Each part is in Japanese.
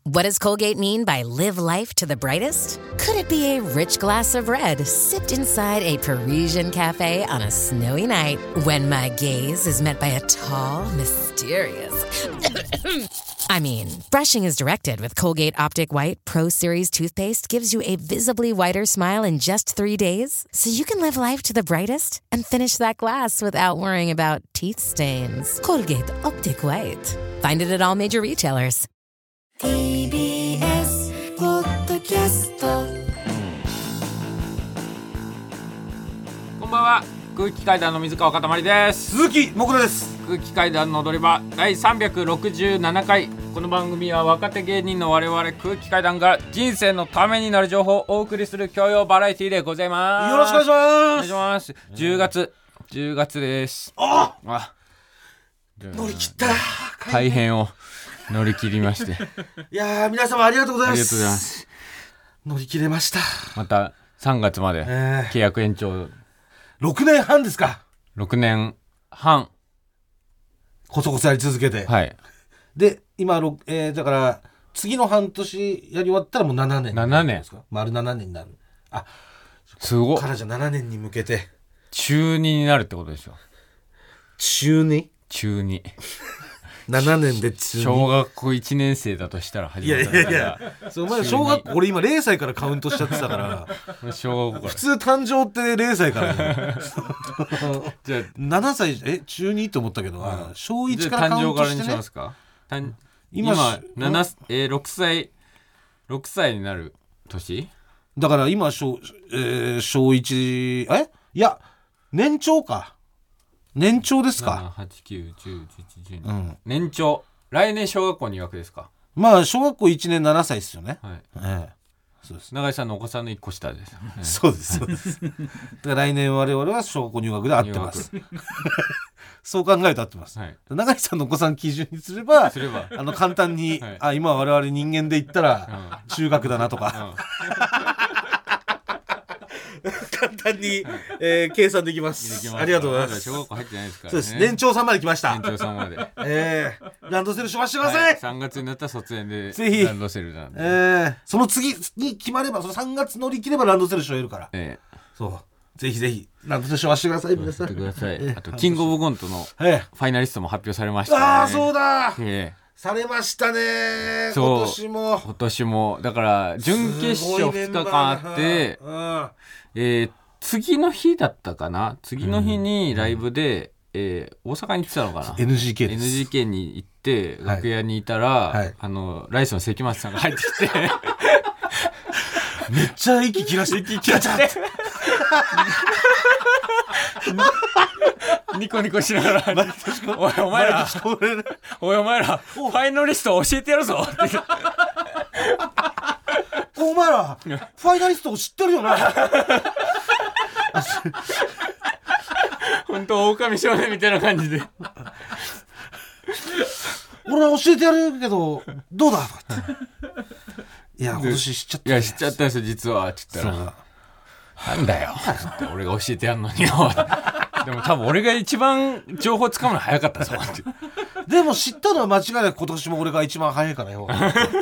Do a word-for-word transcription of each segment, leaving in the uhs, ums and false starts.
What does Colgate mean by live life to the brightest? Could it be a rich glass of red sipped inside a Parisian cafe on a snowy night when my gaze is met by a tall, mysterious... I mean, brushing is directed with Colgate Optic White Pro Series toothpaste gives you a visibly whiter smile in just three days, so you can live life to the brightest and finish that glass without worrying about teeth stains. Colgate Optic White. Find it at all major retailers. ティービーエス ポッドキャスト。 こんばんは。空気階段の水川かたまりです。 鈴木もぐらです。 空気階段の踊り場だいさんびゃくろくじゅうななかい。この番組は若手芸人の我々空気階段が人生のためになる情報をお送りする教養バラエティでございます。 よろしくお願いします。 お願いします。じゅうがつじゅうがつです。 ああ乗り切った。 大変を乗り切りましていやー皆様ありがとうございます。 ありがとうございます。 乗り切れました。 またさんがつまで契約延長、えー、 ろくねんはんですか。 ろくねんはんこそこそやり続けて、 はい。 で今、えー、だから次の半年やり終わったらもうななねんななねん丸ななねんになる。あ、 すごい。 ここからじゃななねんに向けて中にになるってことでしょ。 中に中にななねんで中に小学校いちねん生だとしたら始まった。 いやいやいや、そうお前小学校俺今れいさいからカウントしちゃってたから小学校から普通誕生ってれいさいからねじゃあななさいえ中にと思ったけど、うん、小いちからカウントしてね。 誕生からにしますか。今今なな、えー、ろくさいろくさいになる年だから今小、えー、小いちえいや年長か年長ですか。 なな、はち、きゅう、じゅう、じゅういち、じゅうに、うん、年長。来年小学校入学ですか。 まあ小学校いちねんななさいですよね。 はい、 ええ、そうです。 永井さんのお子さんのいっこ下です、 ええ、そうですそうですだから来年我々は小学校入学で合ってますそう考えると合ってます、はい、永井さんのお子さん基準にすればすればあの簡単に、はい、あ今我々人間で言ったら中学だなとか、うん簡単に、えー、計算できます。できます。ありがとうございます。 小学校入ってないですからね。 そうです。年長さんまで来ました。 年長さんまで。 えー、ランドセルしましてください。はい、 さんがつになったら卒園でぜひランドセルなんで。 えー、その次に決まればそのさんがつ乗り切ればランドセルしょえるから。えー、そうぜひぜひランドセルしましてください皆さん。 ください。えー、あとキングオブコントのファイナリストも発表されましたね。 ああそうだ。 えーされましたね。今年も今年もだから準決勝ふつかかんあって、うん、えー次の日だったかな次の日にライブで、うんえー、大阪に行ってたのかなエヌジーケー ですエヌジーケー に行って楽屋にいたら、はい、あのライスの関町さんが入ってきてめっちゃ息切らして息切らしてニコニコしながらおいお前らおいお前らファイナリスト教えてやるぞってお前らファイナリストを知ってるよな本当狼少年みたいな感じで俺は教えてやるけどどうだいや今年知っちゃった、 ね、いや知っちゃったんですよ実はって言ったらなんだよって俺が教えてやるのによでも多分俺が一番情報つかむの早かったぞってでも知ったのは間違いなく今年も俺が一番早いからよ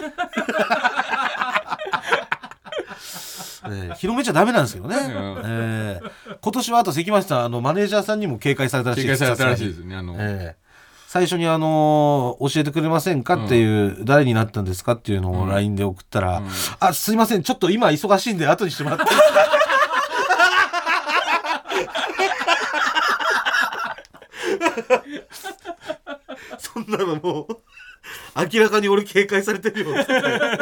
えー、広めちゃダメなんですけどね、うんえー、今年はあと関町さんあのマネージャーさんにも警戒されたらしいです。 警戒されたらしいですね。あの、 えー、最初に、あのー、教えてくれませんかっていう、うん、誰になったんですかっていうのを ライン で送ったら、うん、あすいませんちょっと今忙しいんで後にしてもらってそんなのもう明らかに俺警戒されてるよって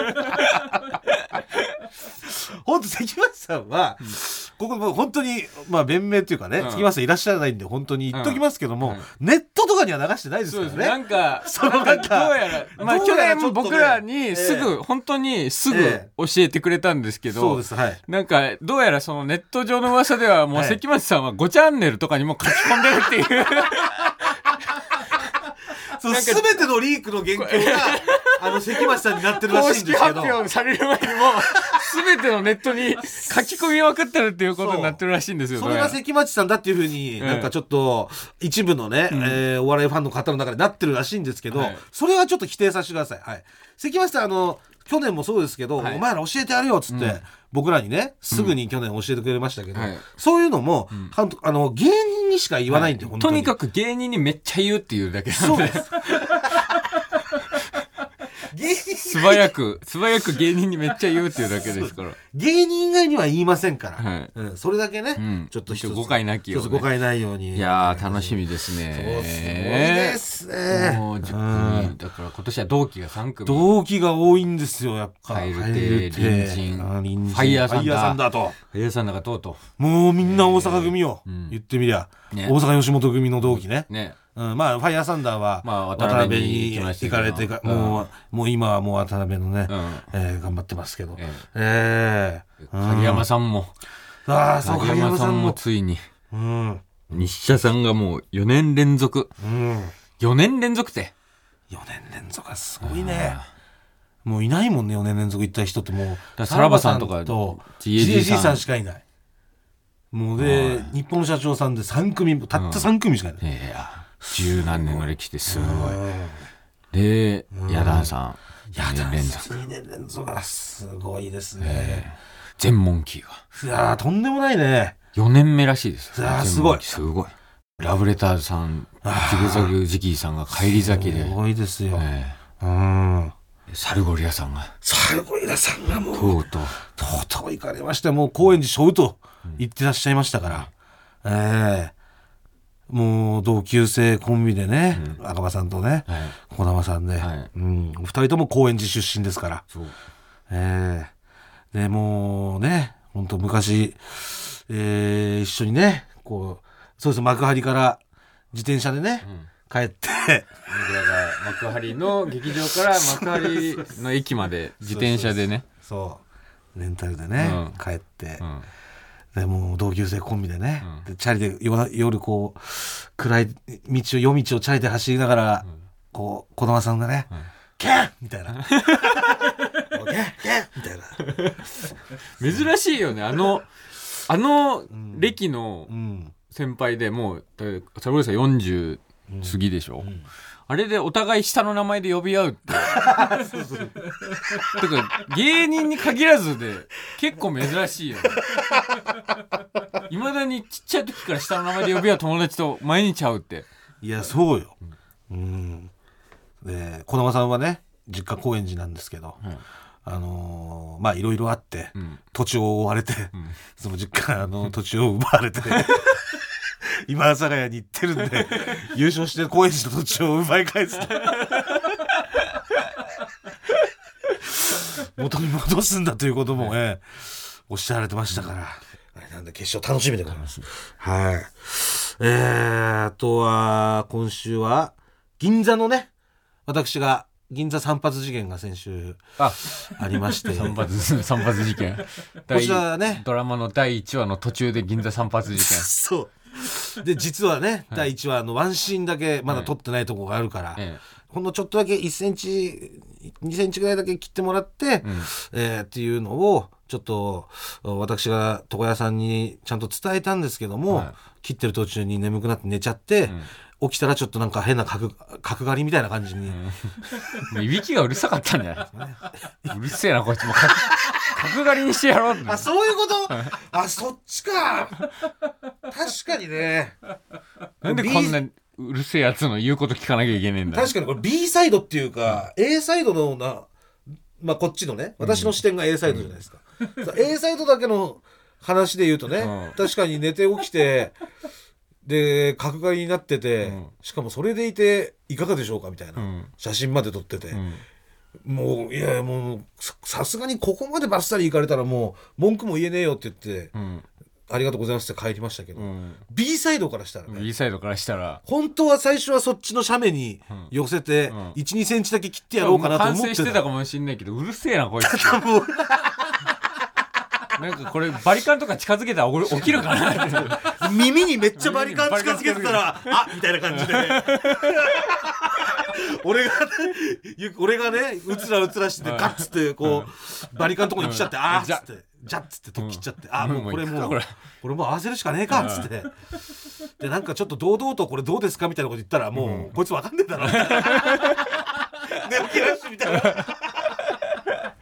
ほんと関町さんは、うん、ここも本当にまあ弁明っていうかね、うん、関町さんいらっしゃらないんで本当に言っときますけども、うんうん、ネットとかには流してないですからね。 そうですなんかそのなんかどうやら、まあ、去年も僕らにすぐ、えー、本当にすぐ教えてくれたんですけど、えー、そうです、はい、なんかどうやらそのネット上の噂ではもう関町さんはごチャンネルとかにも書き込んでるっていう、はいそう全てのリークの原稿があの関町さんになってるらしいんですけど公式発表される前にも全てのネットに書き込みまくってるっていうことになってるらしいんですよ。 そ, それが関町さんだっていうふうになんかちょっと一部のね、うんえー、お笑いファンの方の中でなってるらしいんですけど、はい、それはちょっと否定させてください、はい、関町さんあの去年もそうですけど、はい、お前ら教えてやるよっつって、うん、僕らにねすぐに去年教えてくれましたけど、うん、そういうのも、うん、あの芸人にしか言わないんで、はい、本当にとにかく芸人にめっちゃ言うっていうだけなんで。そうです素早く素早く芸人にめっちゃ言うっていうだけですから。 芸人以外には言いませんから、はいうん、それだけね、うん、ちょっと一つ誤解なきよう、ね、 誤解ないように。 いやー楽しみですね。 そうすごいですね。 もうじゅっくみ、うん、だから今年は同期がさん組、 同期が多いんですよやっぱ。 蛙亭、隣人、ファイヤーサンダー、 ファイヤーサンダーとファイヤーサンダーがとうとうもうみんな大阪組よ、えーうん、言ってみりゃ、ね、大阪吉本組の同期ね。ねうん、まあファイヤーサンダーは渡辺に行かれてか、もう、もう今はもう渡辺のね、うんえー、頑張ってますけど、えーえー、影山さんも、 うん、ああそう影山さんもついに、うん、日射さんがもうよねん連続、うん、よねん連続ってよねん連続はすごいね。もういないもんねよねん連続行った人って。もうさらばさんとかと ジーエージーさん, さんしかいない。もうで日本の社長さんでさん組たったさん組しかいない、うん、いや十何年の歴史ですごい。で、ヤダンさんヤダンさんにねん連続がすごいですね、えー、全問キーがいやとんでもないね。 よねんめらしいです。 いやすごいすごい。ラブレターズさんジグザグジギーさんが帰り咲きですごいですよ、えー、 うんサルゴリラさんがサルゴリラさんがもうとうとうとうとう行かれまして、もう高円寺ショウと言ってらっしゃいましたから、うん、えーもう同級生コンビでね、うん、赤羽さんとね、はい、小玉さんで、はいうん、ふたりとも高円寺出身ですから、そうえー、でもうね本当昔、えー、一緒にねこうそうです幕張から自転車でね、うん、帰って僕らが幕張の劇場から幕張の駅まで自転車でねそうレンタルでね、うん、帰って、うんでもう同級生コンビでね、うん、でチャリで夜、夜こう暗い道を夜道をチャリで走りながら、うん、こう児玉さんがね、うん、キャンみたいなキャンキャンみたいな珍しいよねあのあの歴の先輩でもうサルゴリラさんよんじゅう過ぎでしょ、うんうんあれでお互い下の名前で呼び合うってそうそうてか芸人に限らずで結構珍しいよね。いまだにちっちゃい時から下の名前で呼び合う友達と毎日会うって。 いやそうよ、うん、で児玉さんはね実家高円寺なんですけど、うん、あのー、まあいろいろあって、うん、土地を追われて、うん、その実家の土地を奪われて今阿佐ヶ谷に行ってるんで優勝して高円寺の土地を奪い返すと元に戻すんだということも、ね、おっしゃられてましたから、うん、あれなんだ決勝楽しみでございます。はい、えー、あとは今週は銀座のね私が銀座散髪事件が先週 あ, ありまして散髪散髪事件こちらねドラマのだいいちわの途中で銀座散髪事件そうで実はね、はい、だいいちわのワンシーンだけまだ撮ってないところがあるから、はい、ほんのちょっとだけいっセンチにセンチぐらいだけ切ってもらって、うんえー、っていうのをちょっと私が床屋さんにちゃんと伝えたんですけども、はい、切ってる途中に眠くなって寝ちゃって、うん、起きたらちょっとなんか変な角角刈りみたいな感じに、 うん、いびきがうるさかったんじゃないうるせえなこいつも角刈りにしてやろうって。 あそういうことあそっちか確かにねなんでこんなうるせえやつの言うこと聞かなきゃいけねえんだ。 確かにこれ B サイドっていうか、うん、A サイドのな、まあ、こっちのね私の視点が A サイドじゃないですか、うん、A サイドだけの話で言うとね、うん、確かに寝て起きてで角刈りになってて、うん、しかもそれでいていかがでしょうかみたいな、うん、写真まで撮ってて、うんもういやもうさすがにここまでバッサリ行かれたらもう文句も言えねえよって言って、うん、ありがとうございますって帰りましたけど、うん、B サイドからしたらね B サイドからしたら本当は最初はそっちの斜面に寄せて、うん、いちにセンチだけ切ってやろうかなと思ってた。 反省してたかもしんないけどうるせえなこいつなんかこれバリカンとか近づけたら俺起きるかな耳にめっちゃバリカン近づけてたらあみたいな感じで俺がね俺がねうつらうつらしてガッつってこうバリカンのとこに来ちゃってあーっつってジャッつってと切っちゃってあもうこれもうこれもう合わせるしかねえかっつってでなんかちょっと堂々とこれどうですかみたいなこと言ったらもうこいつわかんねえだろ寝起きラッシュみたいな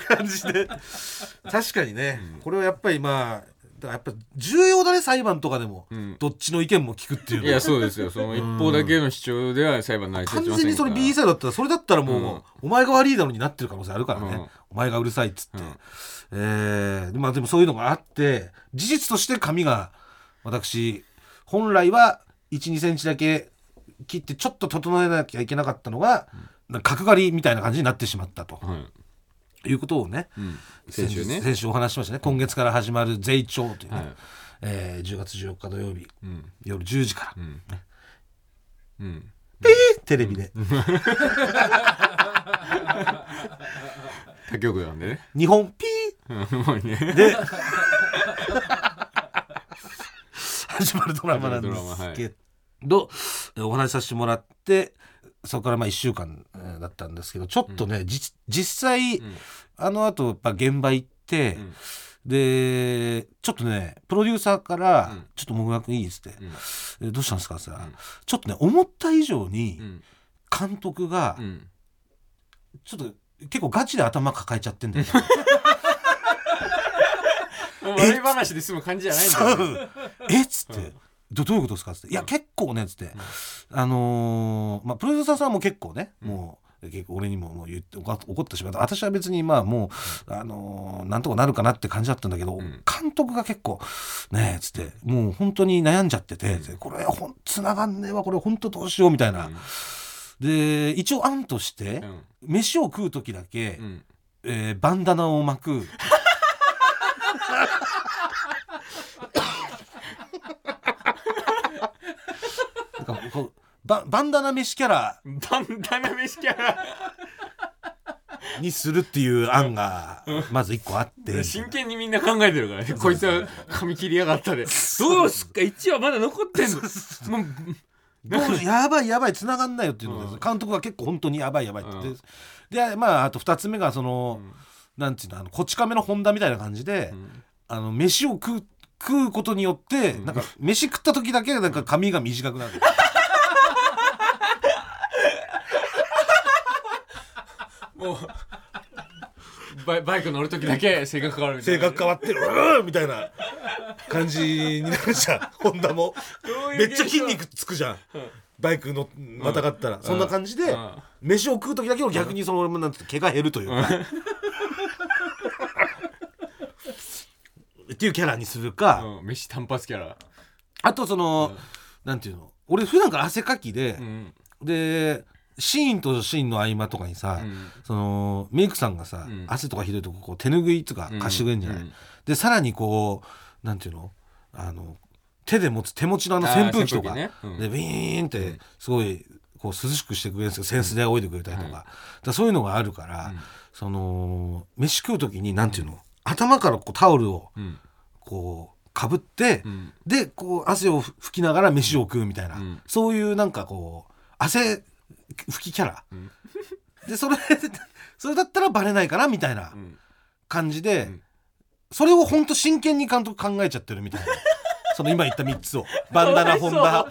感じで確かにね、うん、これはやっぱりまあだからやっぱ重要だね裁判とかでも、うん、どっちの意見も聞くっていうのいやそうですよその一方だけの主張では裁判成立しませんから、 完全にそれ B サイドだったらそれだったらもう、うん、お前が悪いだろうになってる可能性あるからね、うん、お前がうるさいっつって、うん、えー、まあでもそういうのがあって事実として髪が私本来はいち、にセンチだけ切ってちょっと整えなきゃいけなかったのが、うん、角刈りみたいな感じになってしまったと、はい、いうことをね、うん、先週ね先週お話ししましたね。今月から始まる税調というね、はい、えー、じゅうがつじゅうよっか土曜日、うん、夜じゅうじから、うんねうん、ピーテレビで、うん、 他局なんでね日本ピーで始まるドラマなんですけど、はい、お話しさせてもらってそこからまあいっしゅうかんだったんですけどちょっとね、うん、実実際、うん、あの後やっぱ現場行って、うん、でちょっとねプロデューサーから、うん、ちょっともぐらくんいいっつって、うん、どうしたんですかって言ったら、うん、ちょっとね思った以上に監督が、うん、ちょっと結構ガチで頭抱えちゃってんだよ悪い話で済む感じじゃないんだよ、ね、 えっつって、うん、ど, どういうことですかっつって、いや結構ねっつって、うん、あのーまあ、プロデューサーさんも結構ね、うん、もう結構俺にももう言って怒ってしまった。私は別にまあもう、うん、あのー、なんとかなるかなって感じだったんだけど、うん、監督が結構ねっつってもう本当に悩んじゃってて、うん、これほん繋がんねえわこれ本当どうしようみたいな、うん、で一応案として、うん、飯を食う時だけ、うん、えー、バンダナを巻くバ, バンダナ飯キャラバンダナ飯キャラにするっていう案がまず一個あって真剣にみんな考えてるからねこいつは髪切りやがったでどうすっかいちわまだ残ってんのもうどうやばいやばい繋がんないよっていうので、うん、監督が結構本当にやばいやばいって言って、うん、でまああとふたつめがその、うん、なんていうのあのこち亀の本田みたいな感じで、うん、あの飯を食う食うことによって、うん、なんか飯食った時だけなんか髪が短くなるもうバイ、バイク乗る時だけ性格変わるみたいな、 性格変わってるみたいな感じになるじゃんホンダもめっちゃ筋肉つくじゃん、うん、バイクのまたがったら、うん、そんな感じで、うん、飯を食う時だけ逆にその、うん、なんて毛が減るというか、うん、っていうキャラにするか、 うん、飯単発キャラあとその、うん、なんていうの俺普段から汗かきで、うん、でシーンとシーンの合間とかにさ、うん、そのメイクさんがさ、うん、汗とかひどいとここう手拭いとか貸してくれるんじゃない、うんうん、でさらにこうなんていうのあの手で持つ手持ちのあの扇風機とか、ねうん、でビーンってすごいこう涼しくしてくれるんですよ、扇子で仰いでくれたりとか、うん、だそういうのがあるから、うん、その飯食う時になんていうの、うん、頭からこうタオルをこうかぶって、うん、でこう汗を拭きながら飯を食うみたいな、うん、そういうなんかこう汗拭きキャラ、うん、でそれそれだったらバレないかなみたいな感じで、うん、それを本当真剣に監督考えちゃってるみたいなその今言ったみっつをバンダナホンダ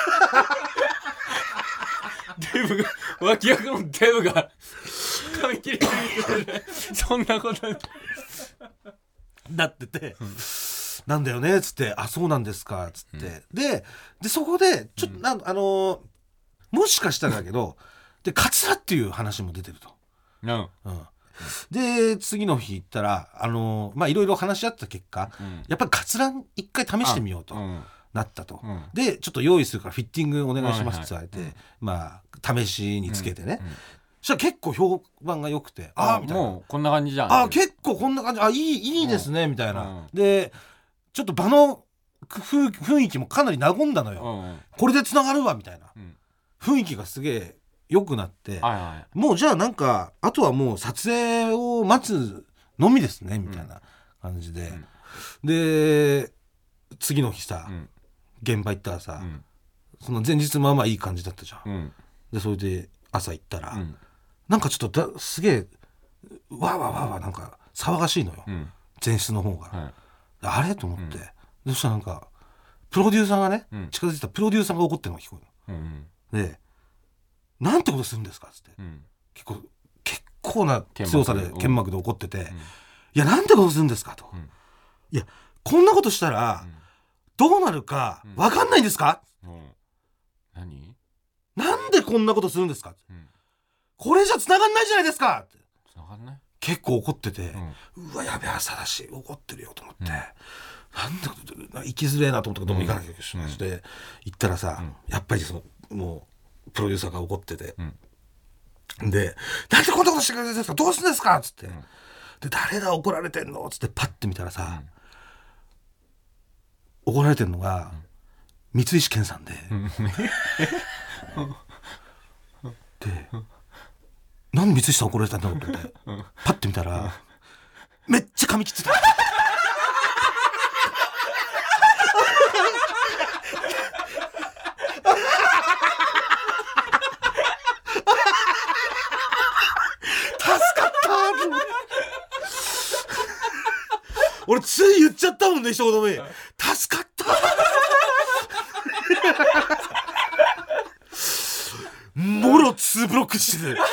デブが脇役のデブが髪切りそんなことなってて、うん、なんだよねっつってあそうなんですかっつって、うん、ででそこでちょっと、うん、なんあのー、もしかしたらだけどでカツラっていう話も出てると、うんうん、で次の日行ったらあのー、まあいろいろ話し合った結果、うん、やっぱりカツラ一回試してみようと、うんなったと、うん、でちょっと用意するからフィッティングお願いしますって言われて、はいはい、まあ試しにつけてね、うんうん、そしたら結構評判が良くてああもうこんな感じじゃんあ結構こんな感じあいいいいですね、うん、みたいな、うん、でちょっと場の雰囲気もかなり和んだのよ、うんうん、これでつながるわみたいな、うん、雰囲気がすげえ良くなって、はいはい、もうじゃあなんかあとはもう撮影を待つのみですねみたいな感じで、うん、で次の日さ、うん現場行ったらさ、うん、その前日まあまあいい感じだったじゃん、うん、でそれで朝行ったら、うん、なんかちょっとだすげえわーわーわーわーなんか騒がしいのよ、うん、前室の方が、はい、あれと思って、うん、そしたらなんかプロデューサーがね、うん、近づいたプロデューサーが怒ってるのが聞こえるの、うんうん、でなんてことするんですかっつって、うん、結構結構な強さで剣幕で怒ってて、うん、いやなんでこうするんですかと、うん、いやこんなことしたらどうなるか分かんないんですか、うんうん、 何なんでこんなことするんですか、うん、これじゃ繋がんないじゃないですかって繋がんない結構怒ってて、うん、うわやべえ朝だし怒ってるよと思って、うん、なんで生きづれえなと思ったからどうも行かなきゃいけない、うん、で行ったらさ、うん、やっぱりそのもうプロデューサーが怒ってて、うん、でなんでこんなことしてくれるんですかどうするんですかっつって、うん、で誰だ怒られてんのっつってパッて見たらさ、うん、怒られてんのが、うん、三石健さんで、うん、でなんで三石さん怒られたんだろうと思って、うん、パッて見たらめっちゃ髪切ってた俺つい言っちゃったもんね一言目助かったもろツーブロックしてて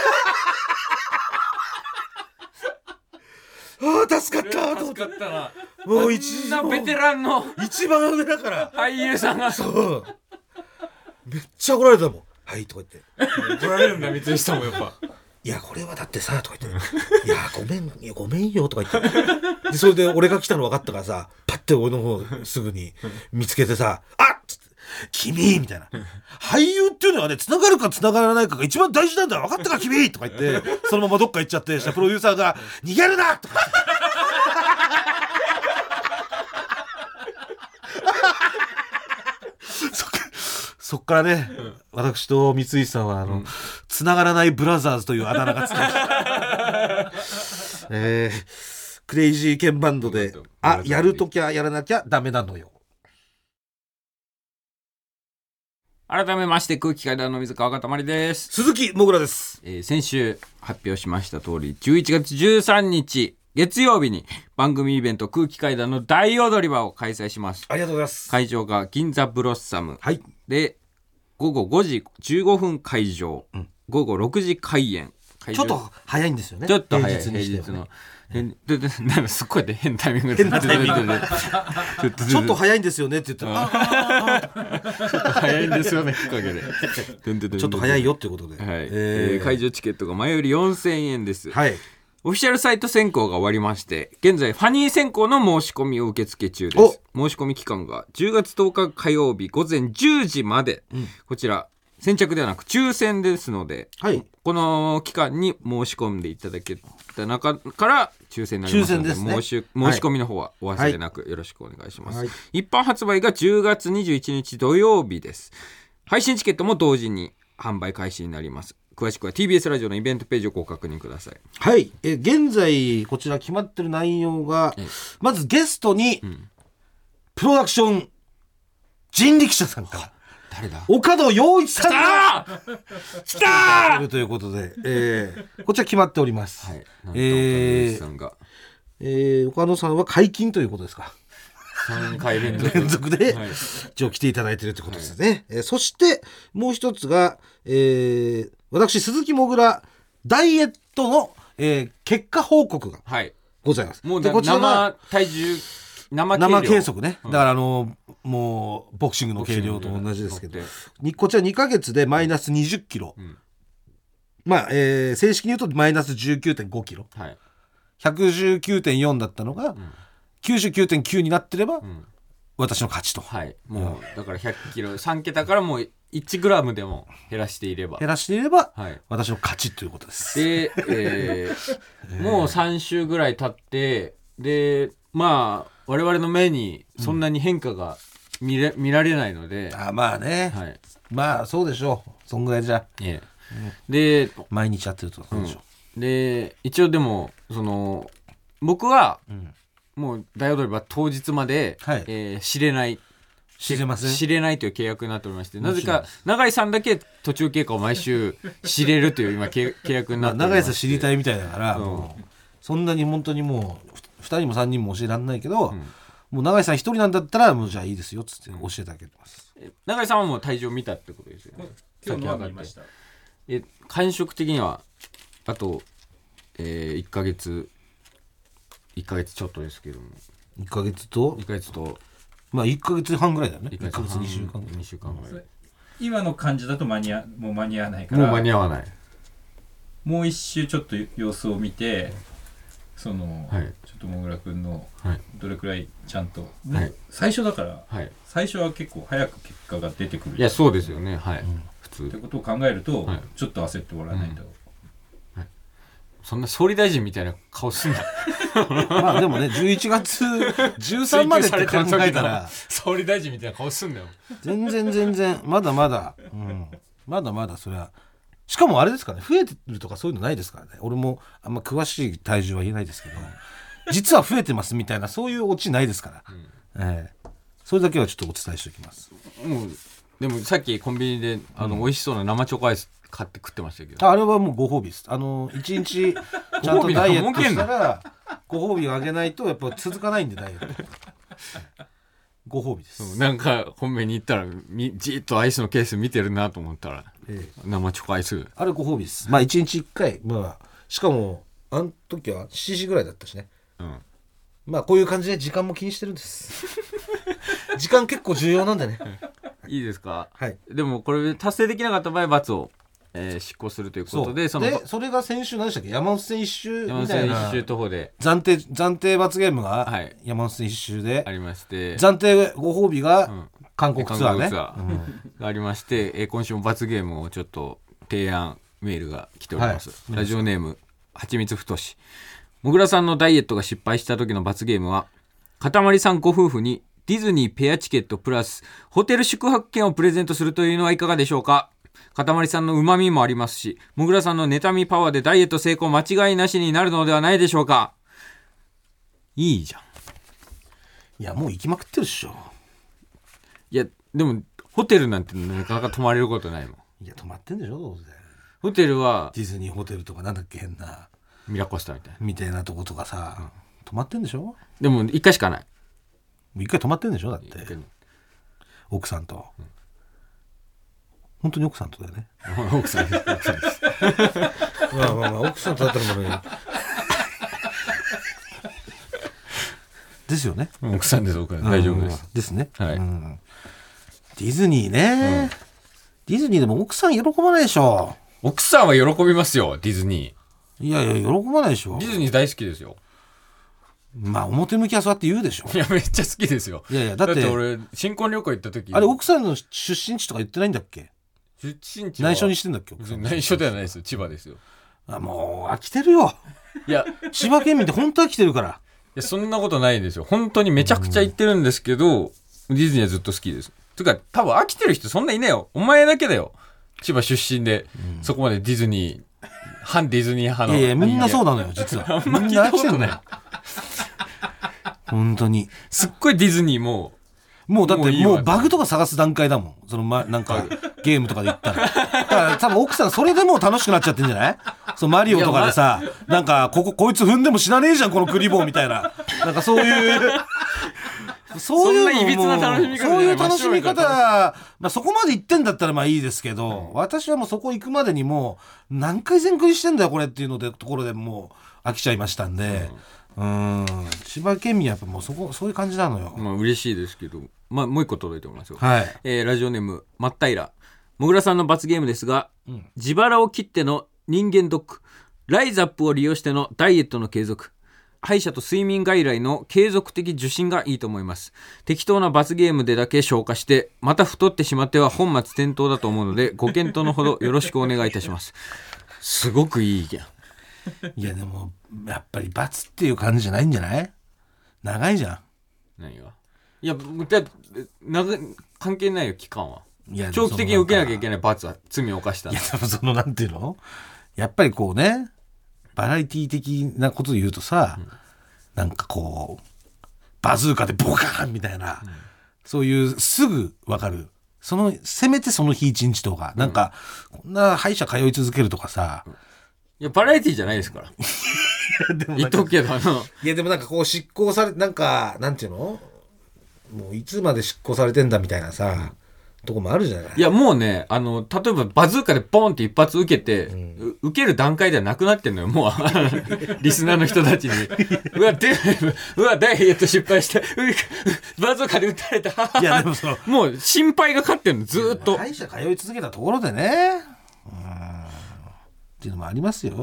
ああ助かったと思って助かったなもう一番ベテランの一番上だから俳優さんがそうめっちゃ怒られたもんはいとか言って怒られるんだ三石さんもやっぱいやこれはだってさとか言っていやごめんいやごめんよとか言ってでそれで俺が来たの分かったからさパッて俺の方すぐに見つけてさあっつって君みたいな俳優っていうのはね繋がるか繋がらないかが一番大事なんだ分かったか君とか言ってそのままどっか行っちゃってしたプロデューサーが逃げるなとか言ってそっかそっからね、うん、私と三石さんはあの、うん、繋がらないブラザーズというあだ名がつきました、えー、クレイジーケンバンドであやるときゃやらなきゃダメなのよ。 改めまして空気階段の水川かたまりです。 鈴木もぐらです、 えー、先週発表しました通りじゅういちがつじゅうさんにち月曜日に番組イベント空気階段の大踊り場を開催します。 ありがとうございます。 会場が銀座ブロッサム、 はい、 でごごごじじゅうごふん会場、うん、ごごろくじ開演。 ちょっと早いんですよね。 ちょっと早い平日のでででなんかすっごいで変タイミングで変なタイミングでちょっと早いんですよねって言ったらちょっと早いんですよねきっかけでちょっと早いよっていうことで、 はい、えー、会場チケットが前よりよんせんえんです。 はい。 オフィシャルサイト選考が終わりまして現在ファニー選考の申し込みを受付中です。申し込み期間がじゅうがつとおか火曜日ごぜんじゅうじまで、うん、こちら先着ではなく抽選ですので、はい、この期間に申し込んでいただけた中から抽選になりますの で, 抽選ですね、 申し、申し込みの方はお忘れなくよろしくお願いします、はい、一般発売がじゅうがつにじゅういちにち土曜日です。配信チケットも同時に販売開始になります。詳しくは ティービーエス ラジオのイベントページをご確認ください。 はい、え現在こちら決まってる内容がまずゲストに、うん、プロダクション人力車さんから誰だ岡戸陽一さんが来たーということで、えー、こちら決まっております、はい、 えー岡, えー、岡野さんは解禁ということですか。 さんかい連続連続で、はい、一応来ていただいているということですね、はい、えー、そしてもう一つが、えー、私鈴木もぐらダイエットの、えー、結果報告がございます、 はい、もうでこちら生体重生, 生計測ね、だからあのもうボクシングの計量と同じですけどこちらにかげつでマイナスにじゅっキロ、うん、まあ、えー、正式に言うとマイナス じゅうきゅうてんごキロ、はい、ひゃくじゅうきゅうてんよんだったのが、うん、きゅうじゅうきゅうてんきゅうになってれば、うん、私の勝ちと、 はい、もうだからひゃっキロさんけたからもういちグラムでも減らしていれば減らしていれば、はい、私の勝ちということです。 で、えー、もうさんしゅうぐらい経ってでまあ我々の目にそんなに変化が見 れ,、うん、見られないので、 あまあね、はい、まあそうでしょう、そんぐらいじゃ、 ええ、で毎日やってるとそうでしょう、 うん、で一応でもその僕は、うん、もう大踊り場当日まで、はい、えー、知れない知れません知れないという契約になっておりまして、なぜか永井さんだけ途中経過を毎週知れるという今契約になっておりまして、まあ、 永井さん知りたいみたいだから、うん、もうそんなに本当にもうふたりもさんにんも教えられないけど、うん、もう永井さんひとりなんだったらもうじゃあいいですよっつって教えてあげてます、うん、 永井さんはもう体重を見たってことですよね。 今日飲みました。 え感触的にはあとえー、いっかげついっかげつちょっとですけどもいっかげつといっかげつとまあいっかげつはんぐらいだよね。 いっかげつにしゅうかんにしゅうかんぐらい。 今の感じだと間に合もう間に合わないからもう間に合わない。 もう一周ちょっと様子を見てその、 はい、 ちょっともぐらくんのどれくらいちゃんと、 はい、 最初だから、 はい、 最初は結構早く結果が出てくる。 いやそうですよね、はい、うん、普通ってことを考えると、はい、ちょっと焦っておらないと、うんはい、そんな総理大臣みたいな顔すんなまあでもねじゅういちがつじゅうさんまでって考えたら総理大臣みたいな顔すんなよ。 全然全然まだまだ、うん、まだまだそれは。しかもあれですかね、増えてるとかそういうのないですからね。俺もあんま詳しい体重は言えないですけど実は増えてますみたいなそういうオチないですから、うん、えー、それだけはちょっとお伝えしておきます。 もうでもさっきコンビニであの、うん、美味しそうな生チョコアイス買って食ってましたけど、 あれはもうご褒美です。あのいちにちちゃんとダイエットしたらご褒美をあげないとやっぱ続かないんで、ダイエットご褒美です。 なんかコンビニ行ったらじっとアイスのケース見てるなと思ったら、ええ、生チョコアイスあれご褒美です。まあいちにちいっかい、まあ、しかもあの時はしちじぐらいだったしね、うん、まあこういう感じで時間も気にしてるんです時間結構重要なんでねいいですか、 はい、 でもこれ達成できなかった場合罰を、えー、執行するということで、 そのでそれが先週何でしたっけ、山手線一周みたいな、 山手線一周徒歩で暫定暫定罰ゲームが山手線一周で、 はい、ありまして、 暫定ご褒美が韓国ツアーね、 うん、がありまして、えー、今週も罰ゲームをちょっと提案メールが来ております、はい、ラジオネームはちみつふとし。もぐらさんのダイエットが失敗した時の罰ゲームは、かたまりさんご夫婦にディズニーペアチケットプラスホテル宿泊券をプレゼントするというのはいかがでしょうか。かたまりさんの旨味もありますし、もぐらさんの妬みパワーでダイエット成功間違いなしになるのではないでしょうか。いいじゃん。 いやもう行きまくってるっしょ。 いやでもホテルなんてなかなか泊まれることないもん。 いや泊まってんでしょどうせ。 ホテルはディズニーホテルとかなんだっけ変なミラコスタみたいなみたいなとことかさ、うん、泊まってんでしょ。 でも一回しかない。 一回泊まってんでしょだって奥さんと、うん、本当に奥さんとだよね奥さんです奥さんですまあまあまあ奥さんとだったらもうねですよね。 奥さんです奥さん大丈夫です、 うん、ですね、 はい、うん、 ディズニーね、うん、ディズニーでも奥さん喜ばないでしょ。 奥さんは喜びますよディズニー。いやいや喜ばないでしょ。 ディズニー大好きですよ。 まあ表向きはそうやって言うでしょ。 いやめっちゃ好きですよ。 いやいやだって、 だって俺新婚旅行行った時あれ奥さんの出身地とか言ってないんだっけ。 出身地は内緒にしてんだっけ。 内緒ではないですよ。千葉ですよ。 あもう飽きてるよ。 いや千葉県民って本当は来てるから。いやそんなことないんですよ。本当にめちゃくちゃ行ってるんですけど、ディズニーはずっと好きです。てか多分飽きてる人そんないないよ。お前だけだよ。千葉出身で、うん、そこまでディズニー反ディズニー派の。 いやいやみんなそうなのよ実は。 あんま聞いたことない。 本当にすっごいディズニーももうだってもうバグとか探す段階だもん。そのまなんかゲームとかで言ったら。だから多分奥さんそれでもう楽しくなっちゃってんじゃない？そのマリオとかでさ、なんかこここいつ踏んでも死なねえじゃんこのクリボーみたいな。なんかそういうそういうのもいびつな楽しみ方そういう楽しみ方、まあそこまで行ってんだったらまあいいですけど、私はもうそこ行くまでにもう何回全クリしてんだよこれっていうのでところでもう飽きちゃいましたんで。うん、千葉県民はやっぱもうそこそういう感じなのよ。 まあ嬉しいですけど、まあもう一個届いてますよ。 はい。 えー、ラジオネーム真っ平。もぐらさんの罰ゲームですが、うん、自腹を切っての人間ドック、ライズアップを利用してのダイエットの継続、歯医者と睡眠外来の継続的受診がいいと思います。適当な罰ゲームでだけ消化してまた太ってしまっては本末転倒だと思うのでご検討のほどよろしくお願いいたします。すごくいいじゃん。 いやでもやっぱり罰っていう感じじゃないんじゃない？長いじゃん。 何が？いやだ長関係ないよ期間は。いや長期的に受けなきゃいけない罰は罪を犯した。 いやでもそのなんていうの？やっぱりこうねバラエティー的なことで言うとさ、うん、なんかこうバズーカでボカーンみたいな、うん、そういうすぐ分かる。そのせめてその日一日とか、うん、なんかこんな歯医者通い続けるとかさ。うんいやバラエティじゃないですからでも言っとくけどあのいやでもなんかこう執行されなんかなんていうのもういつまで執行されてんだみたいなさ、 とこもあるじゃない。 いやもうね、あの例えばバズーカでポンって一発受けて、うん、受ける段階ではなくなってんのよもうリスナーの人たちにうわでうわダイエット失敗したバズーカで撃たれたいやでもそのもう心配が勝ってんのずーっと。 歯医者通い続けたところでね、うんっていうのもありますよ。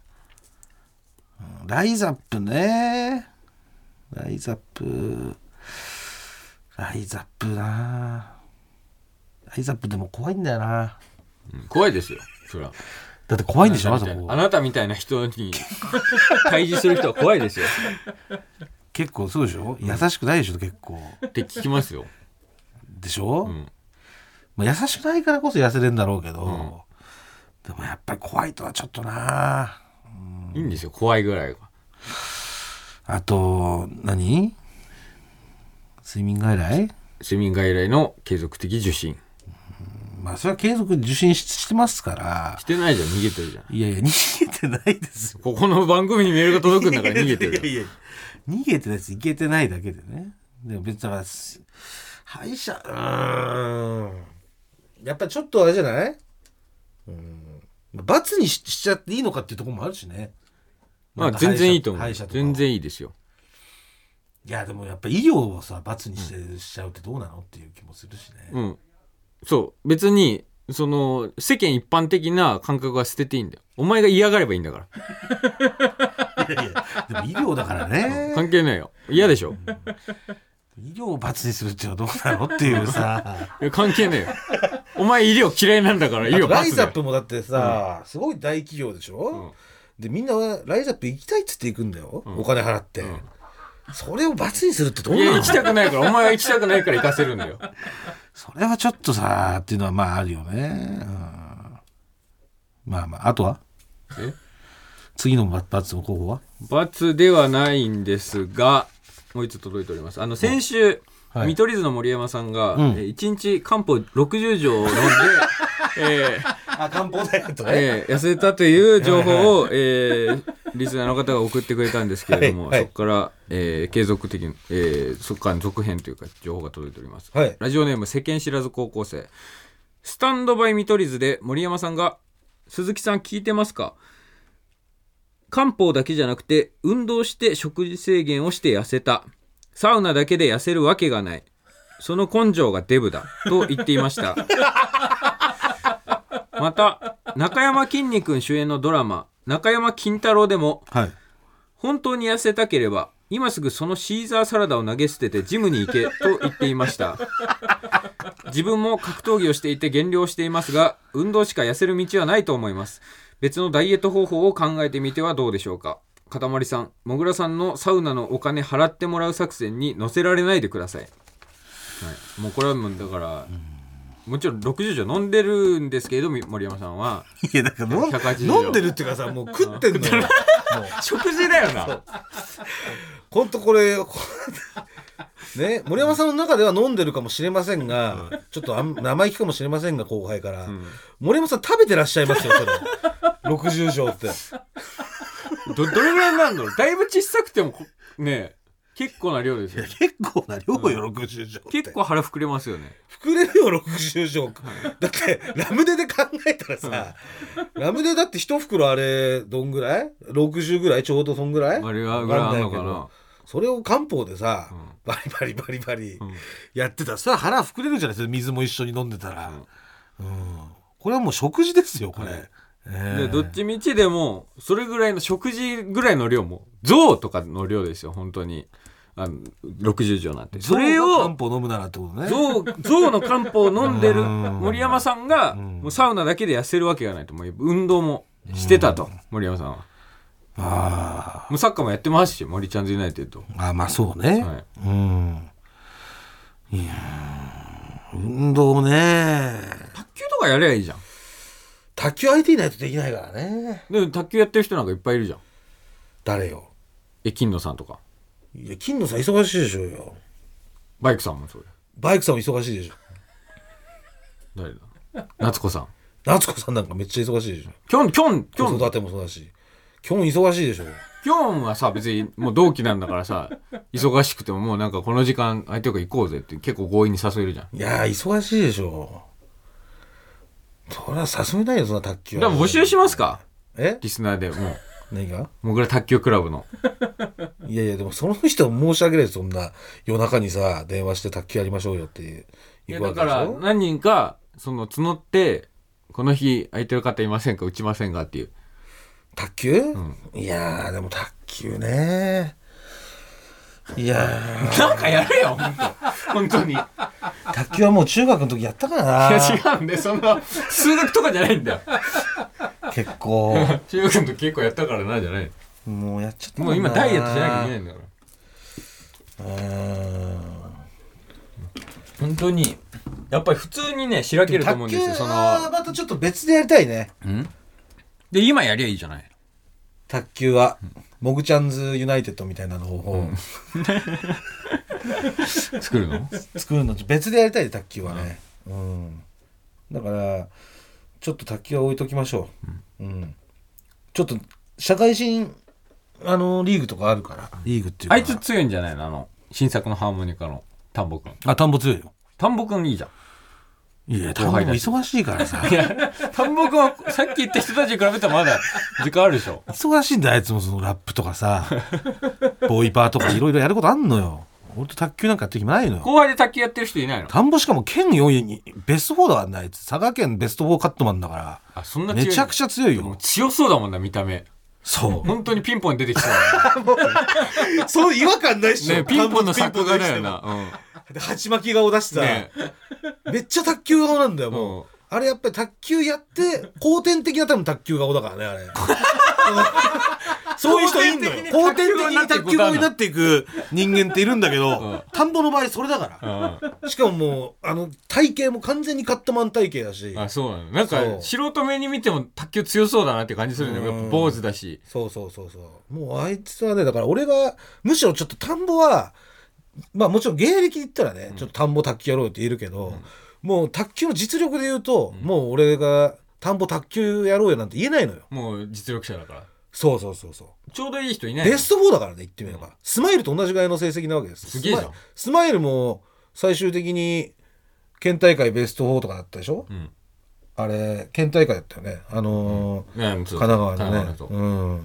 ライザップね、ライザップライザップなライザップでも怖いんだよな、 うん、怖いですよそら。 だって怖いんでしょ。 あなたみたい、あなたみたいな人に対峙する人は怖いですよ結構そうでしょ、優しくないでしょ結構って聞きますよ。 でしょ、 うんまあ、優しくないからこそ痩せれるんだろうけど、うん、でもやっぱり怖いとはちょっとな、 うん、いいんですよ怖いぐらいが。 あと何睡眠外来睡眠外来の継続的受診、 うん、まあそれは継続受診 し, してますから。 してないじゃん逃げてるじゃん。 いやいや逃げてないですここの番組にメールが届くんだから逃げてる。 いやいや逃げてないです。いけてないだけでね。でも別にだから歯医者うーんやっぱちょっとあれじゃない、うん罰に し, しちゃっていいのかっていうところもあるしね。 まあ全然いいと思う。全然いいですよ。 いやでもやっぱ医療をさ罰にして、うん、しちゃうってどうなのっていう気もするしね。 うんそう別にその世間一般的な感覚は捨てていいんだよ。お前が嫌がればいいんだから。 いやいやでも医療だからね関係ないよ。嫌でしょ、 うん、医療を罰にするっていうのはどうなのっていうさ関係ないよ。お前医療嫌いなんだから医療罰だよ。 ライザップもだってさ、うん、すごい大企業でしょ、うん、でみんなはライザップ行きたいっつって行くんだよ、うん、お金払って、うん、それを罰にするってどうなの。 いや行きたくないからお前は行きたくないから行かせるんだよそれはちょっとさっていうのはまああるよね、うん、まあまああとはえ次の罰の候補は罰ではないんですがもう一つ届いております。あの先週、はい、見取り図の森山さんが、うん、いちにち漢方ろくじゅう錠を飲んで、えーあ漢方ダイエットね、 えー、痩せたという情報を、えー、リスナーの方が送ってくれたんですけれども、はいはい、そこから、えー、継続的に、えー、そこから続編というか情報が届いております、はい、ラジオネーム世間知らず高校生。スタンドバイ見取り図で森山さんが鈴木さん聞いてますか、漢方だけじゃなくて運動して食事制限をして痩せた、サウナだけで痩せるわけがない、その根性がデブだと言っていましたまた中山きんに君主演のドラマ中山金太郎でも、はい、本当に痩せたければ今すぐそのシーザーサラダを投げ捨ててジムに行けと言っていました自分も格闘技をしていて減量していますが運動しか痩せる道はないと思います。別のダイエット方法を考えてみてはどうでしょうか。かたまりさん、もぐらさんのサウナのお金払ってもらう作戦に乗せられないでください、はい、もうこれはもうだからもちろんろくじゅう錠飲んでるんですけれど森山さんはいやだから飲んでるっていうかさもう食ってんのよもう食事だよなほんとこれね、森山さんの中では飲んでるかもしれませんが、うん、ちょっとあん生意気かもしれませんが後輩から、うん、森山さん食べてらっしゃいますよそれろくじゅう錠ってど, どれぐらいなんだろう。だいぶ小さくてもね結構な量ですよ。 いや結構な量よ、うん、ろくじゅう錠って結構腹膨れますよね。 膨れるよろくじゅう錠だってラムネで考えたらさ、うん、ラムネだって一袋あれどんぐらいろくじゅうぐらいちょうどそんぐらいあれはぐらいあんのかな。 それを漢方でさ、うん、バリバリバリバリやってたらさ腹膨れるじゃないですか。水も一緒に飲んでたら、うんうん、これはもう食事ですよこれ、はいえー、 でどっちみちでもそれぐらいの食事ぐらいの量も象とかの量ですよ本当に。あのろくじゅう錠なんてそれを漢方飲むならってことね。 象、象の漢方を飲んでる森山さんがもうサウナだけで痩せるわけがないと。もう運動もしてたと森山さんは。あもうサッカーもやってますし森ちゃんズユナイテッド。 あまあそうね、はい、うんいや運動ね。 卓球とかやればいいじゃん。 卓球相手いないとできないからね。 でも卓球やってる人なんかいっぱいいるじゃん。 誰よ。 え金野さんとか。 いや金野さん忙しいでしょうよ。 バイクさんもそうだ。 バイクさんも忙しいでしょ。 誰だ夏子さん。 夏子さんなんかめっちゃ忙しいでしょ。 キョンキョンキョン子育てもそうだしキョン忙しいでしょ。 きょんはさ別にもう同期なんだからさ忙しくてももうなんかこの時間空いてるから行こうぜって結構強引に誘えるじゃん。 いやー忙しいでしょ。そりゃ誘えないよそんな卓球は。 でも募集しますか。 えリスナーでもう何がもぐら卓球クラブの。 いやいやでもその人申し訳ないです。そんな夜中にさ電話して卓球やりましょうよって言うわけでしょ。いやだから何人かその募ってこの日空いてる方いませんか打ちませんかっていう。 卓球、うん、いやーでも卓球ねいやーなんかやれよ本当に卓球はもう中学の時やったかな。 いや違うんでそんな数学とかじゃないんだよ結構中学の時結構やったからなじゃない。 もうやっちゃったもんな。 もう今ダイエットしなきゃいけないんだから。うーん本当にやっぱり普通にねしらけると思うんですよ。そのまたちょっと別でやりたいね。 んで今やりゃいいじゃない。 卓球は、うん、モグチャンズユナイテッドみたいなのを、うん、 作るの作るの別でやりたいで卓球はね、うんうん、だからちょっと卓球は置いときましょう、うんうん、ちょっと社会人あのリーグとかあるからリーグっていうかあいつ強いんじゃないのあの新作のハーモニカの田んぼくん。 あ田んぼ強いよ。 田んぼくんいいじゃん。 いや田んぼ忙しいからさ。いや田んぼくんはさっき言った人たちに比べたらまだ時間あるでしょ。 忙しいんだあいつもそのラップとかさボイパーとかいろいろやることあんのよ。俺と卓球なんかやってる気もないのよ。 後輩で卓球やってる人いないの。 田んぼしかも県よんいにベストフォーだからねあいつ。佐賀県ベストフォーカットマンだから。 あそんな強い。 めちゃくちゃ強いよ。 もう強そうだもんな見た目。 そう本当にピンポン出てきそうだそう違和感ないっしょ、 ね、ピンポンの作画だよな、 うん、で鉢巻き顔出してさ、ね、めっちゃ卓球顔なんだよもう、うん、あれやっぱり卓球やって後天的な多分卓球顔だからねあれそういう人いんのよ。後天的に卓球顔になっていく人間っているんだけど、うん、田んぼの場合それだから、うん、しかももうあの体型も完全にカットマン体型だし。 あそうなの。なんか素人目に見ても卓球強そうだなって感じするんだよ。やっぱ坊主だし。 そうそうそうそうもうあいつはねだから俺がむしろちょっと田んぼはまあもちろん芸歴で言ったらね、うん、ちょっと田んぼ卓球やろうって言えるけど、うん、もう卓球の実力で言うと、うん、もう俺が田んぼ卓球やろうよなんて言えないのよ。 もう実力者だから。 そうそうそうそうちょうどいい人いないの。 ベストフォーだからね言ってみれば、うん、スマイルと同じぐらいの成績なわけです。 すげえじゃん。 スマイルも最終的に県大会ベストフォーとかだったでしょ、うん、あれ県大会だったよねあのーうん、神奈川のね、うん、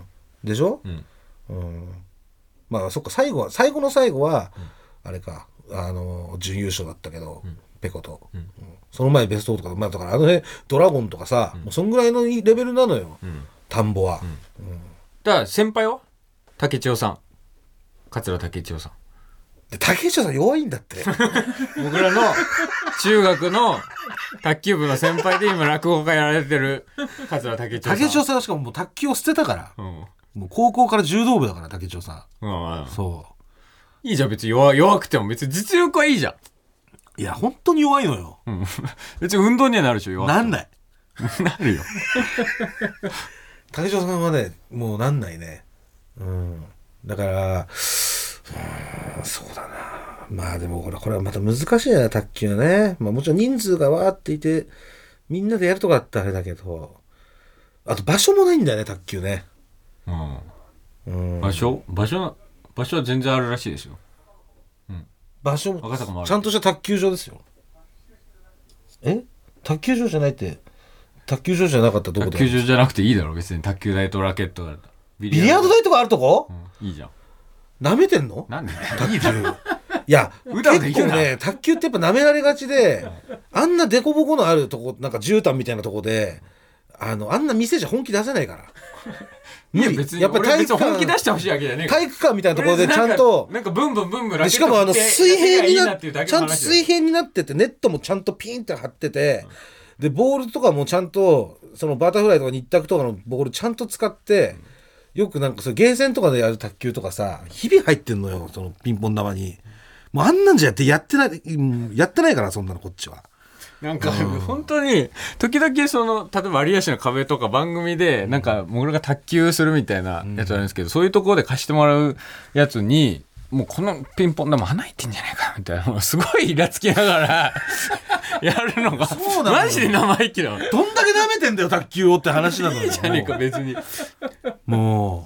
でしょ、うんうん、まあそっか最後は最後の最後は、うん、あれかあのー、準優勝だったけど、うん、ペコと、うんうん、その前ベストフォーとか、まあ、だからあのねドラゴンとかさ、うん、もうそんぐらいのレベルなのよ、うん田んぼは、うんうん、 だから先輩は竹千代さん桂竹千代さんで竹千代さん弱いんだって僕らの中学の卓球部の先輩で今落語家やられてる桂竹千代さん。 竹千代さんはしかももう卓球を捨てたから、うん、もう高校から柔道部だから竹千代さん、うんうん、 そういいじゃん別に 弱, 弱くても別に実力はいいじゃん。いや本当に弱いのよ、うん、 別に運動にはなるでしょ。弱くてなんないなるよ竹千代さんはねもうなんないね、うん、だからそうだなまあでもこれこれはまた難しいな卓球はね、まあ、もちろん人数がわーっていてみんなでやるとかだったらあれだけどあと場所もないんだよね卓球ね、 うんうん、場所場所場所は全然あるらしいですよ、 うん、場所もちゃんとした卓球場ですよ。え卓球場じゃないって卓球場じゃなかったらどこで？ 卓球場じゃなくていいだろ別に。卓球台とラケットがあるビリヤード台とかあるとこ、 うん、いいじゃん。 舐めてんの？ なんで卓球いや結構ね卓球ってやっぱ舐められがちであんなデコボコのあるとこなんか絨毯みたいなとこであのあんな店じゃ本気出せないからいや別にやっぱ体育館本気出してほしいわけじゃねえか。 体育館みたいなところでちゃんとなんかブンブンブンブンラケットしかもあの水平になってちゃんと水平になっててネットもちゃんとピンって張ってて、うん、でボールとかもちゃんとそのバタフライとか日卓とかのボールちゃんと使って、うん、よくなんかそゲーセンとかでやる卓球とかさひび入ってんのよそのピンポン玉に。もうあんなんじゃやってやってないやってないからそんなのこっちは。 なんか、うん、本当に時々その例えば有吉の壁とか番組でなんかもぐらが卓球するみたいなやつあるんですけど、うん、そういうところで貸してもらうやつにもうこのピンポン玉穴開いてんじゃないかみたいなのがすごいイラつきながらやるのがマジで生意気だわ。 どんだけ舐めてんだよ卓球をって話なのよ。 いいじゃねえか別に。 もう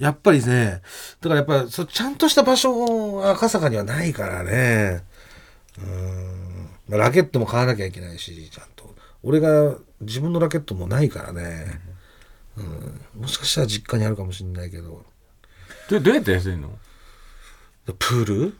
やっぱりね、だからやっぱりそちゃんとした場所は赤坂にはないからね。うーん、まあ、ラケットも買わなきゃいけないし、ちゃんと俺が自分のラケットもないからね、うん、もしかしたら実家にあるかもしれないけど。 どどうやって痩せるの？ プール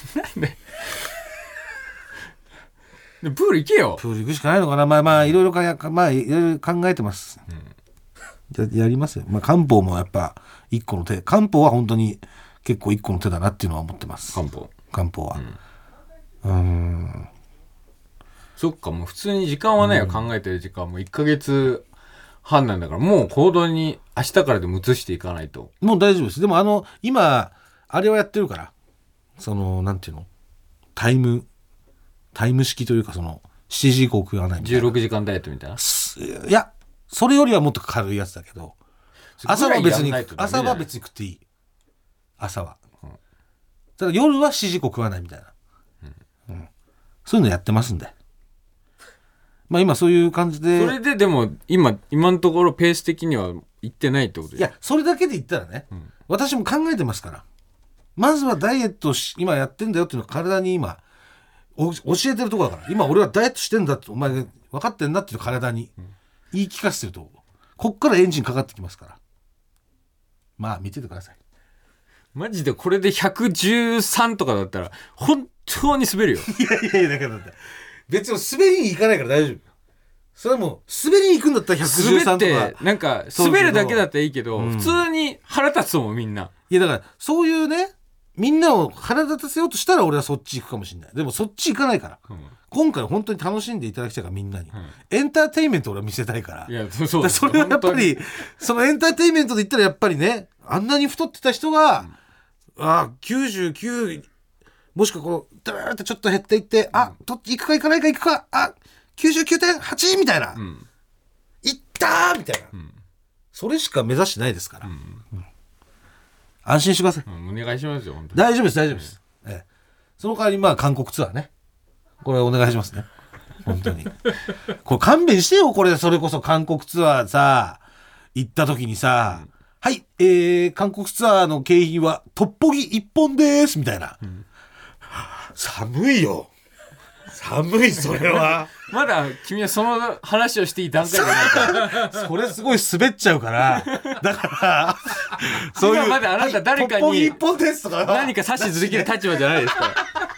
でプール行けよ。 プール行くしかないのかな。まあまあいろいろかやまあいろいろ考えてます、うん、じゃやりますよ。まあ漢方もやっぱ一個の手、漢方は本当に結構一個の手だなっていうのは思ってます。 漢方漢方は、うん、うーん、 そっか、もう普通に時間はないよ、うん、考えてる時間もいっかげつはんなんだから、もう行動に明日からでも移していかないと。 もう大丈夫です。でもあの今あれはやってるから、そのなんていうの、タイムタイム式というか、そのしちじ以降食わないみたいなじゅうろくじかんダイエットみたいな。 いやそれよりはもっと軽いやつだけど、朝は別に朝は別に食っていい。朝は、うん、ただ夜はしちじ以降食わないみたいな、うんうん、そういうのやってますんで、まあ今そういう感じで。 それででも今今のところペース的にはいってないってことで。 いやそれだけで言ったらね、うん、私も考えてますから、まずはダイエットし今やってんだよっていうのを体に今教えてるところだから、今俺はダイエットしてんだってお前分かってんなっていう体に言い聞かせてると、こっからエンジンかかってきますから、まあ見ててください。 マジでこれでひゃくじゅうさんとかだったら本当に滑るよ。 いやいやいや、だから別に滑りに行かないから大丈夫。それはもう滑りに行くんだったらひゃくじゅうさんとか滑ってなんか滑るだけだったらいいけど、うん、普通に腹立つと思うみんな。 いやだからそういうね、みんなを腹立たせようとしたら俺はそっち行くかもしれない。でもそっち行かないから、うん、今回本当に楽しんでいただきたいから、みんなに、うん、エンターテインメントを俺は見せたいから。 いや そ, それはやっぱりそのエンターテインメントで言ったらやっぱりね、あんなに太ってた人が、うん、あきゅうじゅうきゅうもしくはこうドゥーってちょっと減っていって、うん、あどっち行くか行かないか行くか、あ きゅうじゅうきゅうてんはち みたいな、うん、行ったーみたいな、うん、それしか目指してないですから、うんうん、安心してください、 うん、お願いしますよ本当に。 大丈夫です大丈夫です、ええ、その代わりまあ韓国ツアーね、これお願いしますね本当にこれ勘弁してよ。これそれこそ韓国ツアーさ行った時にさ、うん、はい、えー、韓国ツアーの経費はトッポギ一本ですみたいな、うん、寒いよ寒い。それはまだ君はその話をしていい段階じゃないからそれすごい滑っちゃうから、だからそういう今まであなた誰かに、はい、 トッポギ一本ですとか何か指図できる立場じゃないですか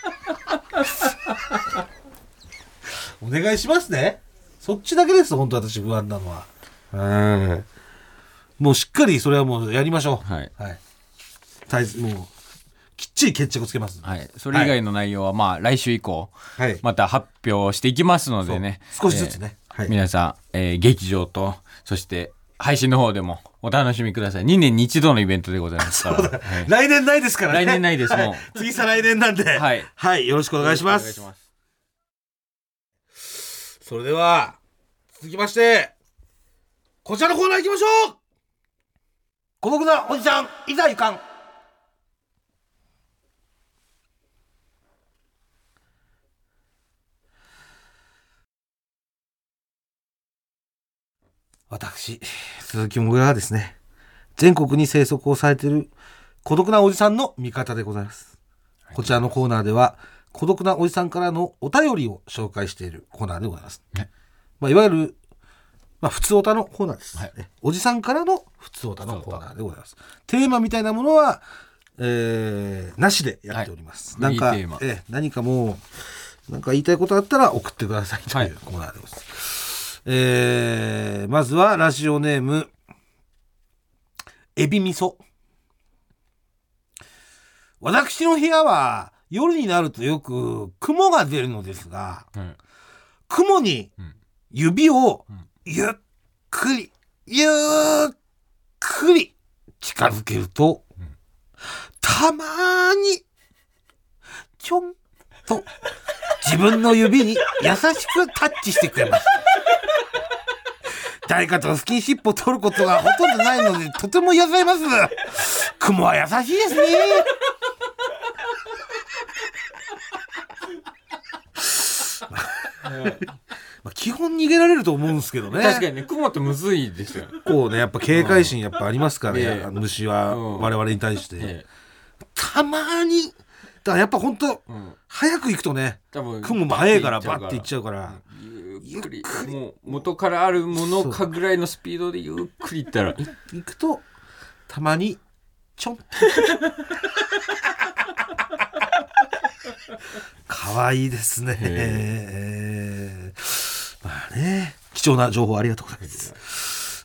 お願いしますね。そっちだけです本当私不安なのは。うん、もうしっかりそれはもうやりましょう。はい、はい、もうきっちり決着つけます、 はい、それ以外の内容はまあ来週以降また発表していきますのでね、 少しずつね、 えーはい、皆さん、えー、劇場とそして配信の方でもお楽しみください。にねんに一度のイベントでございますから。 そうだ、はい、来年ないですからね。 来年ないです。もう、はい、 次再来年なんで、はい、はい、よろしくお願いします。お願いします。それでは続きましてこちらのコーナー行きましょう。孤独なおじさんいざ行かん。私鈴木もぐらはですね、全国に生息をされている孤独なおじさんの味方でございます、はい、こちらのコーナーでは孤独なおじさんからのお便りを紹介しているコーナーでございます、はい、まあ、いわゆる、まあ、普通オタのコーナーです、はい、おじさんからの普通オタのコーナーでございます。テーマみたいなものは、えー、なしでやっております、はい、なんか、えー、何かもうなんか言いたいことあったら送ってくださいというコーナーでございます、はい、えー、まずはラジオネームエビ味噌。私の部屋は夜になるとよく雲が出るのですが、うん、雲に指をゆっくり、ゆっくり近づけると、うん、たまーにちょんと自分の指に優しくタッチしてくれます。誰かとスキンシップを取ることがほとんどないのでとても癒されます。雲は優しいですね。 まあ、基本逃げられると思うんですけどね。 確かにね、雲ってむずいですよ。 こうね、やっぱ警戒心やっぱありますからね、 ええ、 虫は我々に対して、 ええ、 たまにだからやっぱ本当、うん、早く行くとね、雲も早いからバッて行っちゃうから、 ゆっくりもう元からあるものかぐらいのスピードでゆっくり行ったら行くとたまにちょんかわいいですね。えー、まあね、貴重な情報ありがとうございます。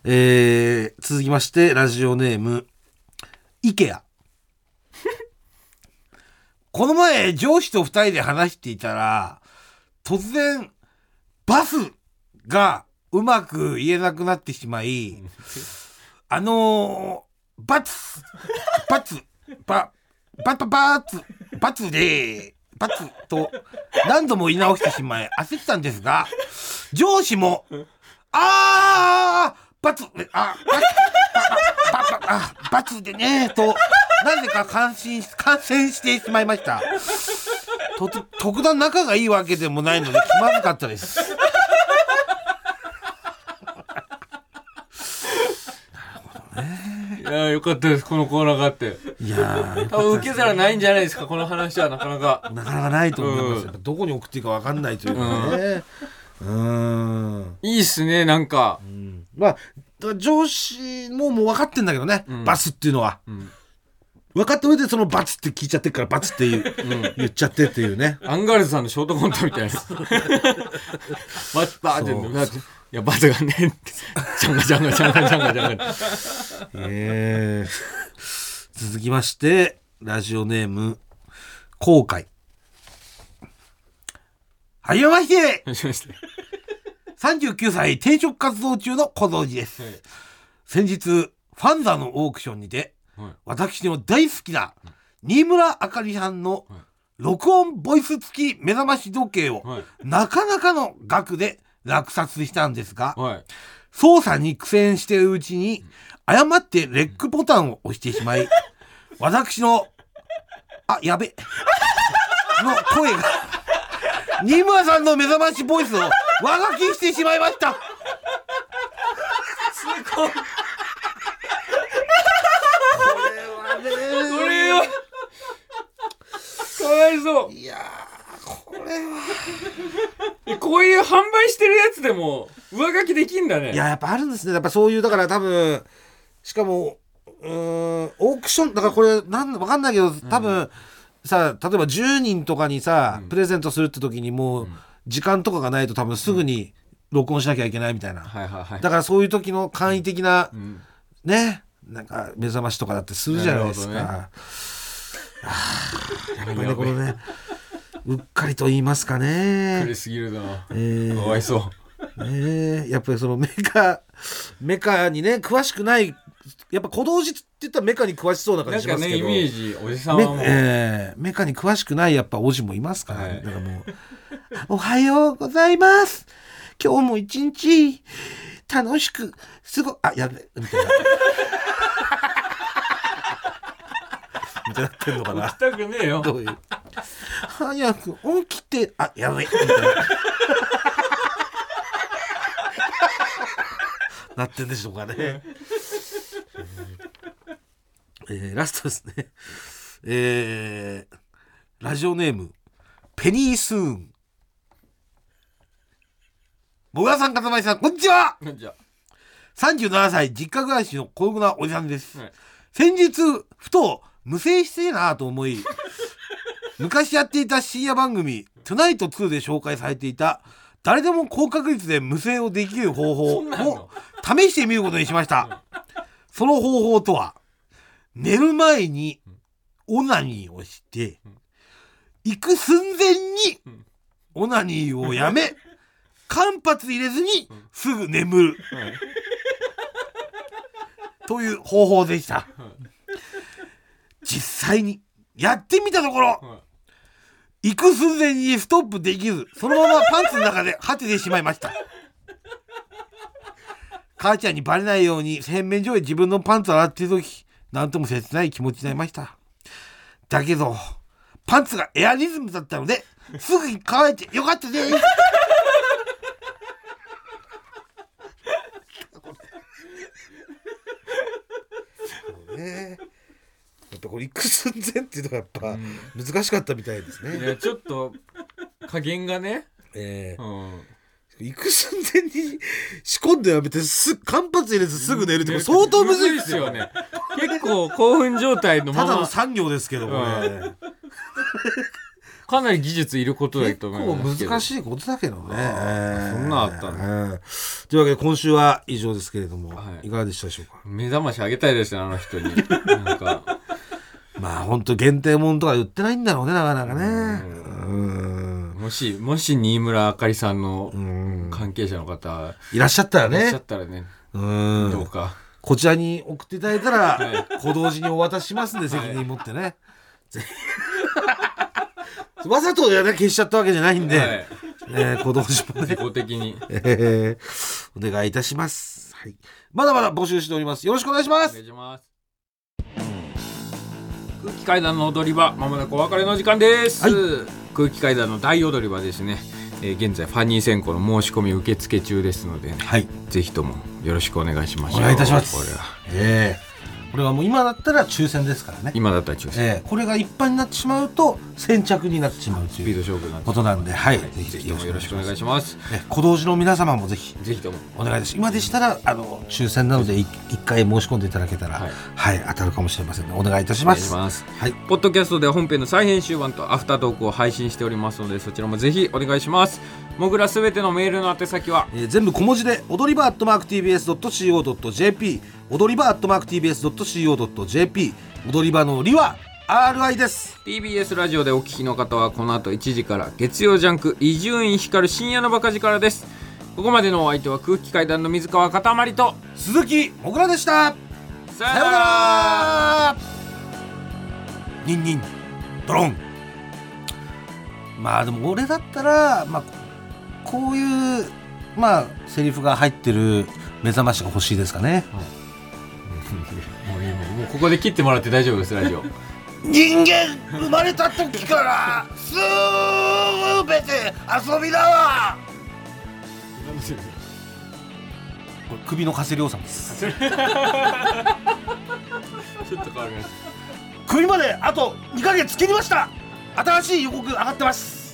えー、続きましてラジオネームイケア。この前上司と二人で話していたら突然バスがうまく言えなくなってしまいあのー、バツバツババババツバツでバツと何度も言い直してしまい焦ったんですが、上司もあーバツあバツバババあバツでねとなぜか感心感染してしまいました。と特段仲がいいわけでもないので気まずかったです。 いやよかったです、このコーナーがあって。いや多分受け皿ないんじゃないですか、この話は。なかなかなかなかないと思います、うん、どこに送っていいか分かんないというかね、うん、うんいいっすね、なんか、うん、 まあ上司ももう分かってんだけどね、うん、バスっていうのは、うん、分かった上でそのバツって聞いちゃってるからバツって言 う,、うん、言っちゃってっていうね。 アンガールズさんのショートコントみたいなバツバーっていやバツがねってジャンガジャンガジャンガジャンガジャンガえー、続きましてラジオネーム後悔。はじめましてさんじゅうきゅうさい転職活動中の小僧寺です、はい、先日ファンザのオークションにて、はい、私の大好きな新村あかりさんの録音ボイス付き目覚まし時計を、はい、なかなかの額で落札したんですが、はい、操作に苦戦しているうちに誤ってレックボタンを押してしまい、私のあやべの声が新村さんの目覚ましボイスを上書きしてしまいました。 すごい。これはね、これはかわいそう。いやこれはこういう販売してるやつでも上書きできんだね。 いややっぱあるんですね。やっぱそういうだから多分しかもうーんオークションだからこれなんわかんないけど多分、うんさあ例えばじゅうにんとかにさ、うん、プレゼントするって時にもう、うん、時間とかがないと多分すぐに録音しなきゃいけないみたいな、うんはいはいはい、だからそういう時の簡易的な、うん、ねなんか目覚ましとかだってするじゃないですか、ね、あやっぱりねこのねうっかりと言いますかね苦りすぎるな、えー、かわいそう、 ね、やっぱりそのメカメカにね詳しくないやっぱ小道寺って言ったらメカに詳しそうな感じしますけど、 なんかねイメージおじさんはもうメ,、 えー、メカに詳しくないやっぱおじもいますから、ねはい、だからもうおはようございます、今日も一日楽しくすごあやべみたいなみたいなってんのかな。 起きたくねえよ。 どういう早く起きてあやべみたいななってんでしょうかね。えー、ラストですね、えー、ラジオネームペニースーン。もぐらさん、かたまりさん、こんにちは。 こんにちは。 さんじゅうななさい実家暮らしの孤独なおじさんです、はい、先日ふと無声してえなと思い昔やっていた深夜番組トゥナイトツーで紹介されていた誰でも高確率で無声をできる方法を試してみることにしました。その方法とは寝る前にオナニーをして行く寸前にオナニーをやめ間髪入れずにすぐ眠るという方法でした。実際にやってみたところ行く寸前にストップできずそのままパンツの中で果ててしまいました。母ちゃんにバレないように洗面所で自分のパンツを洗っている時なんとも切ない気持ちになりました。だけどパンツがエアリズムだったのですぐに乾いてよかったです。 っぱこれ行く寸前っていうのがやっぱ難しかったみたいですね、 うん、いやちょっと加減がね、 えーうん行く寸前に仕込んでやめてす間髪入れずすぐ寝るって相当むずいですよね。結構興奮状態のままただの産業ですけどもね、うん、 かなり技術いることだと思いますけど結構難しいことだけどね、 えー、そんなあったの、えー、というわけで今週は以上ですけれども、はい、いかがでしたでしょうか。 目覚ましあげたいですねあの人になんかまあ本当限定もんとか売ってないんだろうねなかなかね。うんもしもし新村あかりさんの関係者の方いらっしゃったらねいらっしゃったらねうんどうかこちらに送っていただいたら、はい、小同時にお渡ししますんで責任持ってね、はい、わざとやね消しちゃったわけじゃないんで、はい、えー、小同時もね自己的に、 えー、お願いいたします、はい、まだまだ募集しております。よろしくお願いします。 お願いします。空気階段の踊り場まもなくお別れの時間です、はい、空気階段の大踊り場ですね、えー、現在ファニー選考の申し込み受付中ですので、ね、はい、ぜひともよろしくお願いします。 お願いいたします。これは、えーこれはもう今だったら抽選ですからね。 今だったら抽選、 えー、これが一般になってしまうと先着になってしまうというスピード勝負なことなんで、はい、はい、ぜひぜひよろしくお願いします。小道寺の皆様もぜひぜひともお願いです。今でしたらあの抽選なので一回申し込んでいただけたら、はい、はい、当たるかもしれませんのでお願いいたします。 お願いします。はい、ポッドキャストでは本編の再編集版とアフタートークを配信しておりますのでそちらもぜひお願いします。もぐらすべてのメールの宛先は、 えー、全部小文字で踊り場アットマーク ティービーエスドットシーオードットジェーピー 踊り場アットマーク ティービーエスドットシーオードットジェーピー 踊り場のりは アールアイ です。 ティービーエス ラジオでお聞きの方はこの後いちじから月曜ジャンク伊集院光る深夜のバカ力です。ここまでのお相手は空気階段の水川かたまりと鈴木もぐらでした。 さようなら。 ニンニンドロン。まあでも俺だったらまあこういうまあセリフが入ってる目覚ましが欲しいですかね、 うん、もういいもうここで切ってもらって大丈夫ですラジオ人間生まれた時からすべて遊びだわこれ首の加瀬亮さんですちょっと変わりました。首まであとにかげつ切りました。新しい予告上がってます。